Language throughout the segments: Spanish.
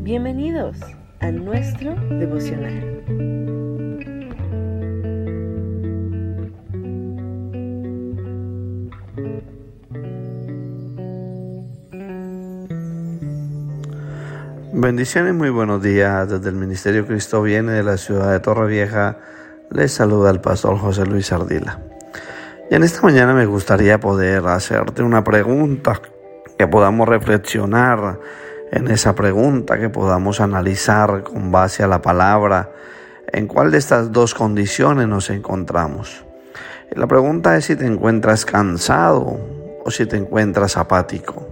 Bienvenidos a nuestro devocional. Bendiciones, muy buenos días. Desde el Ministerio Cristo Viene de la ciudad de Torrevieja, les saluda el pastor José Luis Ardila. Y en esta mañana me gustaría poder hacerte una pregunta, que podamos reflexionar en esa pregunta, que podamos analizar con base a la palabra en cuál de estas dos condiciones nos encontramos. Y la pregunta es si te encuentras cansado o si te encuentras apático.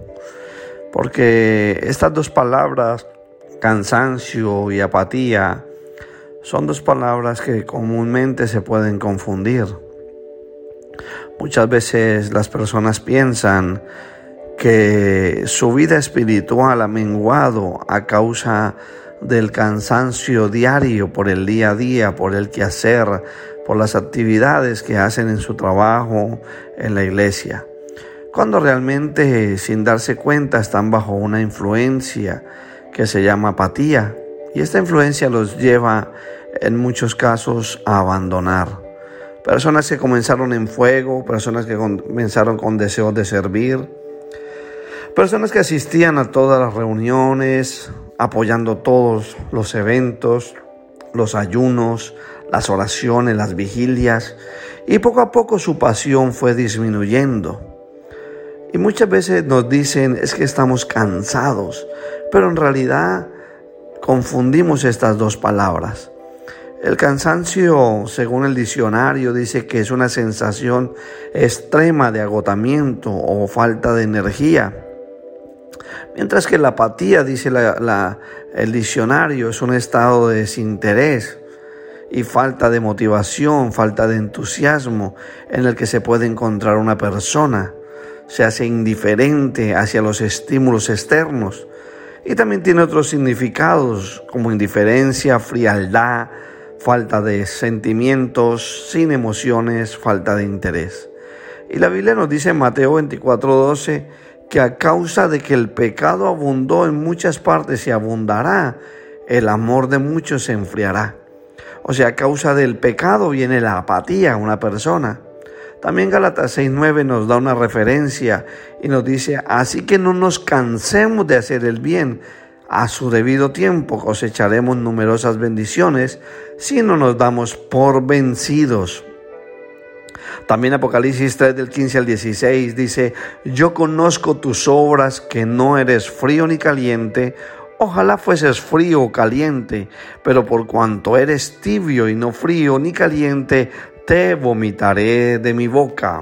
Porque estas dos palabras, cansancio y apatía, son dos palabras que comúnmente se pueden confundir. Muchas veces las personas piensan que su vida espiritual ha menguado a causa del cansancio diario por el día a día, por el quehacer, por las actividades que hacen en su trabajo, en la iglesia, cuando realmente, sin darse cuenta, están bajo una influencia que se llama apatía, y esta influencia los lleva en muchos casos a abandonar. Personas que comenzaron en fuego, personas que comenzaron con deseos de servir, personas que asistían a todas las reuniones, apoyando todos los eventos, los ayunos, las oraciones, las vigilias, y poco a poco su pasión fue disminuyendo. Y muchas veces nos dicen, es que estamos cansados, pero en realidad confundimos estas dos palabras. El cansancio, según el diccionario, dice que es una sensación extrema de agotamiento o falta de energía. Mientras que la apatía, dice el diccionario, es un estado de desinterés y falta de motivación, falta de entusiasmo en el que se puede encontrar una persona. Se hace indiferente hacia los estímulos externos y también tiene otros significados como indiferencia, frialdad, falta de sentimientos, sin emociones, falta de interés. Y la Biblia nos dice en Mateo 24:12 que a causa de que el pecado abundó en muchas partes y abundará, el amor de muchos se enfriará. O sea, a causa del pecado viene la apatía a una persona. También Gálatas 6:9 nos da una referencia y nos dice, así que no nos cansemos de hacer el bien, a su debido tiempo cosecharemos numerosas bendiciones si no nos damos por vencidos. También Apocalipsis 3 del 15 al 16 dice, yo conozco tus obras, que no eres frío ni caliente. Ojalá fueses frío o caliente, pero por cuanto eres tibio y no frío ni caliente, te vomitaré de mi boca.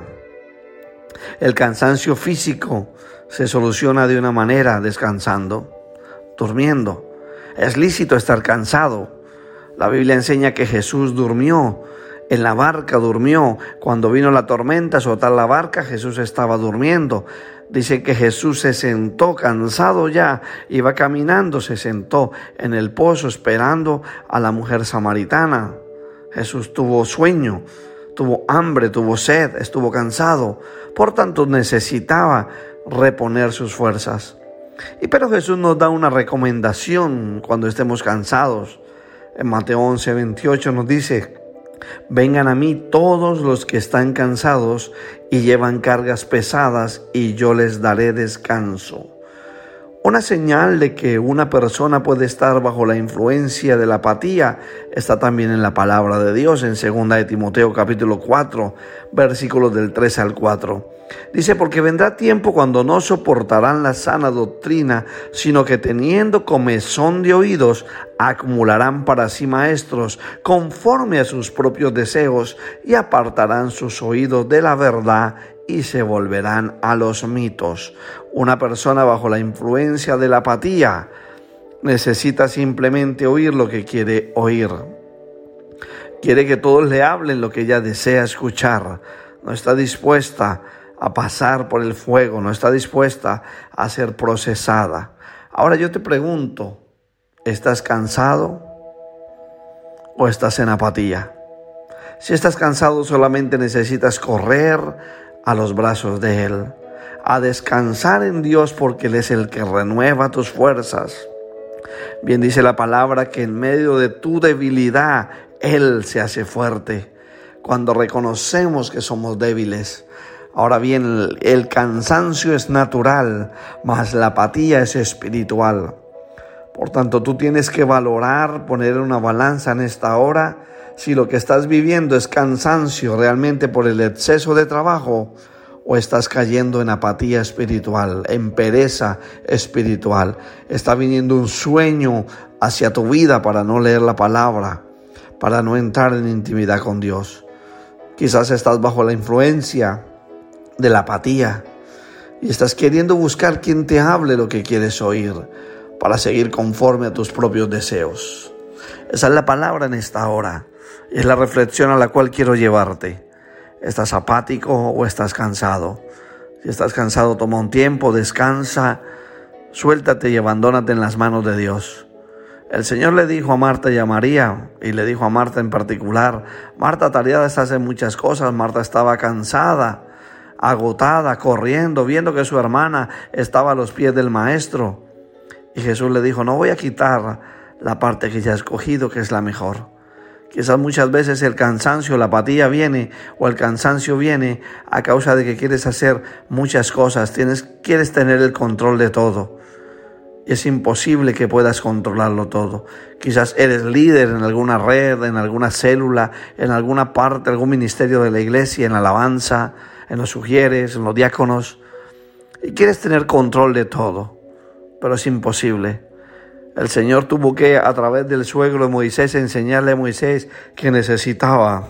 El cansancio físico se soluciona de una manera, descansando, durmiendo. Es lícito estar cansado. La Biblia enseña que Jesús durmió. En la barca durmió. Cuando vino la tormenta a azotar la barca, Jesús estaba durmiendo. Dice que Jesús se sentó cansado ya, iba caminando, se sentó en el pozo esperando a la mujer samaritana. Jesús tuvo sueño, tuvo hambre, tuvo sed, estuvo cansado. Por tanto, necesitaba reponer sus fuerzas. Pero Jesús nos da una recomendación cuando estemos cansados. En Mateo 11:28 nos dice, vengan a mí todos los que están cansados y llevan cargas pesadas, y yo les daré descanso. Una señal de que una persona puede estar bajo la influencia de la apatía está también en la palabra de Dios, en 2 de Timoteo capítulo 4, versículos del 3 al 4. Dice, porque vendrá tiempo cuando no soportarán la sana doctrina, sino que teniendo comezón de oídos, acumularán para sí maestros conforme a sus propios deseos, y apartarán sus oídos de la verdad y se volverán a los mitos. Una persona bajo la influencia de la apatía necesita simplemente oír lo que quiere oír. Quiere que todos le hablen lo que ella desea escuchar. No está dispuesta a pasar por el fuego, no está dispuesta a ser procesada. Ahora yo te pregunto, ¿estás cansado o estás en apatía? Si estás cansado, solamente necesitas correr a los brazos de Él, a descansar en Dios, porque Él es el que renueva tus fuerzas. Bien dice la palabra que en medio de tu debilidad Él se hace fuerte. Cuando reconocemos que somos débiles. Ahora bien, el cansancio es natural, mas la apatía es espiritual. Por tanto, tú tienes que valorar, poner una balanza en esta hora, si lo que estás viviendo es cansancio realmente por el exceso de trabajo, o estás cayendo en apatía espiritual, en pereza espiritual. Está viniendo un sueño hacia tu vida para no leer la palabra, para no entrar en intimidad con Dios. Quizás estás bajo la influencia de la apatía y estás queriendo buscar quien te hable lo que quieres oír para seguir conforme a tus propios deseos. Esa es la palabra en esta hora. Es la reflexión a la cual quiero llevarte. ¿Estás apático o estás cansado? Si estás cansado, toma un tiempo, descansa, suéltate y abandónate en las manos de Dios. El Señor le dijo a Marta y a María, y le dijo a Marta en particular: Marta, atareada estás en muchas cosas. Marta estaba cansada, agotada, corriendo, viendo que su hermana estaba a los pies del Maestro. Y Jesús le dijo: no voy a quitar la parte que ya he escogido, que es la mejor. Quizás muchas veces el cansancio, la apatía viene, o el cansancio viene a causa de que quieres hacer muchas cosas, quieres tener el control de todo. Y es imposible que puedas controlarlo todo. Quizás eres líder en alguna red, en alguna célula, en alguna parte, algún ministerio de la iglesia, en la alabanza, en los sugieres, en los diáconos, y quieres tener control de todo, pero es imposible. El Señor tuvo que, a través del suegro de Moisés, enseñarle a Moisés que necesitaba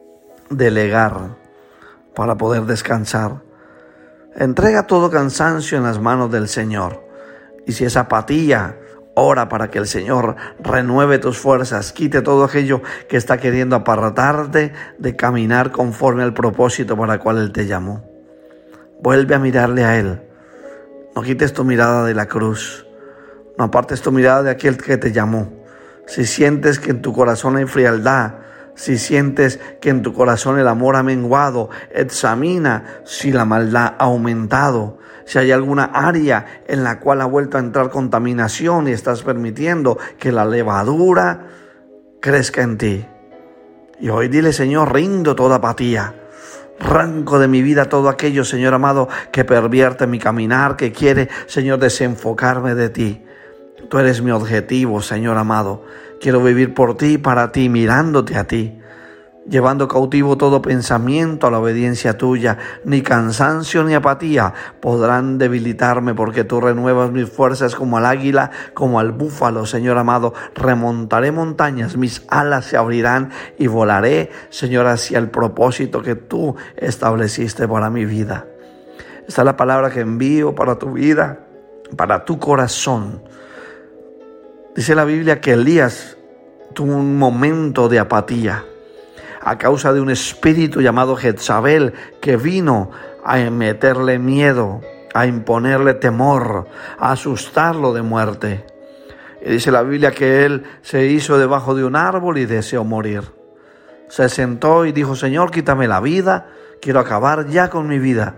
delegar para poder descansar. Entrega todo cansancio en las manos del Señor. Y si es apatía, ora para que el Señor renueve tus fuerzas, quite todo aquello que está queriendo apartarte de caminar conforme al propósito para el cual Él te llamó. Vuelve a mirarle a Él. No quites tu mirada de la cruz. No apartes tu mirada de aquel que te llamó. Si sientes que en tu corazón hay frialdad, si sientes que en tu corazón el amor ha menguado, examina si la maldad ha aumentado. Si hay alguna área en la cual ha vuelto a entrar contaminación y estás permitiendo que la levadura crezca en ti. Y hoy dile: Señor, rindo toda apatía. Arranco de mi vida todo aquello, Señor amado, que pervierte mi caminar, que quiere, Señor, desenfocarme de ti. Tú eres mi objetivo, Señor amado. Quiero vivir por ti y para ti, mirándote a ti, llevando cautivo todo pensamiento a la obediencia tuya. Ni cansancio ni apatía podrán debilitarme, porque tú renuevas mis fuerzas como al águila, como al búfalo, Señor amado. Remontaré montañas, mis alas se abrirán y volaré, Señor, hacia el propósito que tú estableciste para mi vida. Esta es la palabra que envío para tu vida, para tu corazón. Dice la Biblia que Elías tuvo un momento de apatía a causa de un espíritu llamado Jezabel que vino a meterle miedo, a imponerle temor, a asustarlo de muerte. Y dice la Biblia que él se hizo debajo de un árbol y deseó morir. Se sentó y dijo: Señor, quítame la vida, quiero acabar ya con mi vida.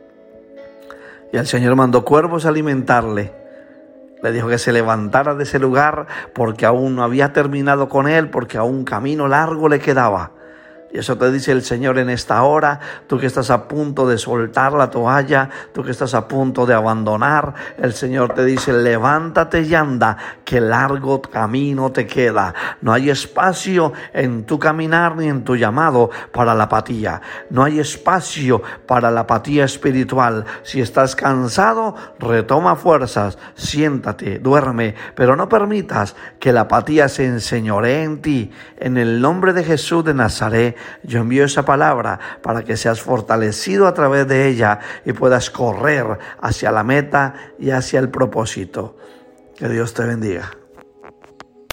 Y el Señor mandó cuervos a alimentarle. Le dijo que se levantara de ese lugar porque aún no había terminado con él, porque aún un camino largo le quedaba. Y eso te dice el Señor en esta hora, tú que estás a punto de soltar la toalla, tú que estás a punto de abandonar, el Señor te dice: levántate y anda, que largo camino te queda. No hay espacio en tu caminar ni en tu llamado para la apatía. No hay espacio para la apatía espiritual. Si estás cansado, retoma fuerzas, siéntate, duerme, pero no permitas que la apatía se enseñoree en ti. En el nombre de Jesús de Nazaret, yo envío esa palabra para que seas fortalecido a través de ella y puedas correr hacia la meta y hacia el propósito. Que Dios te bendiga.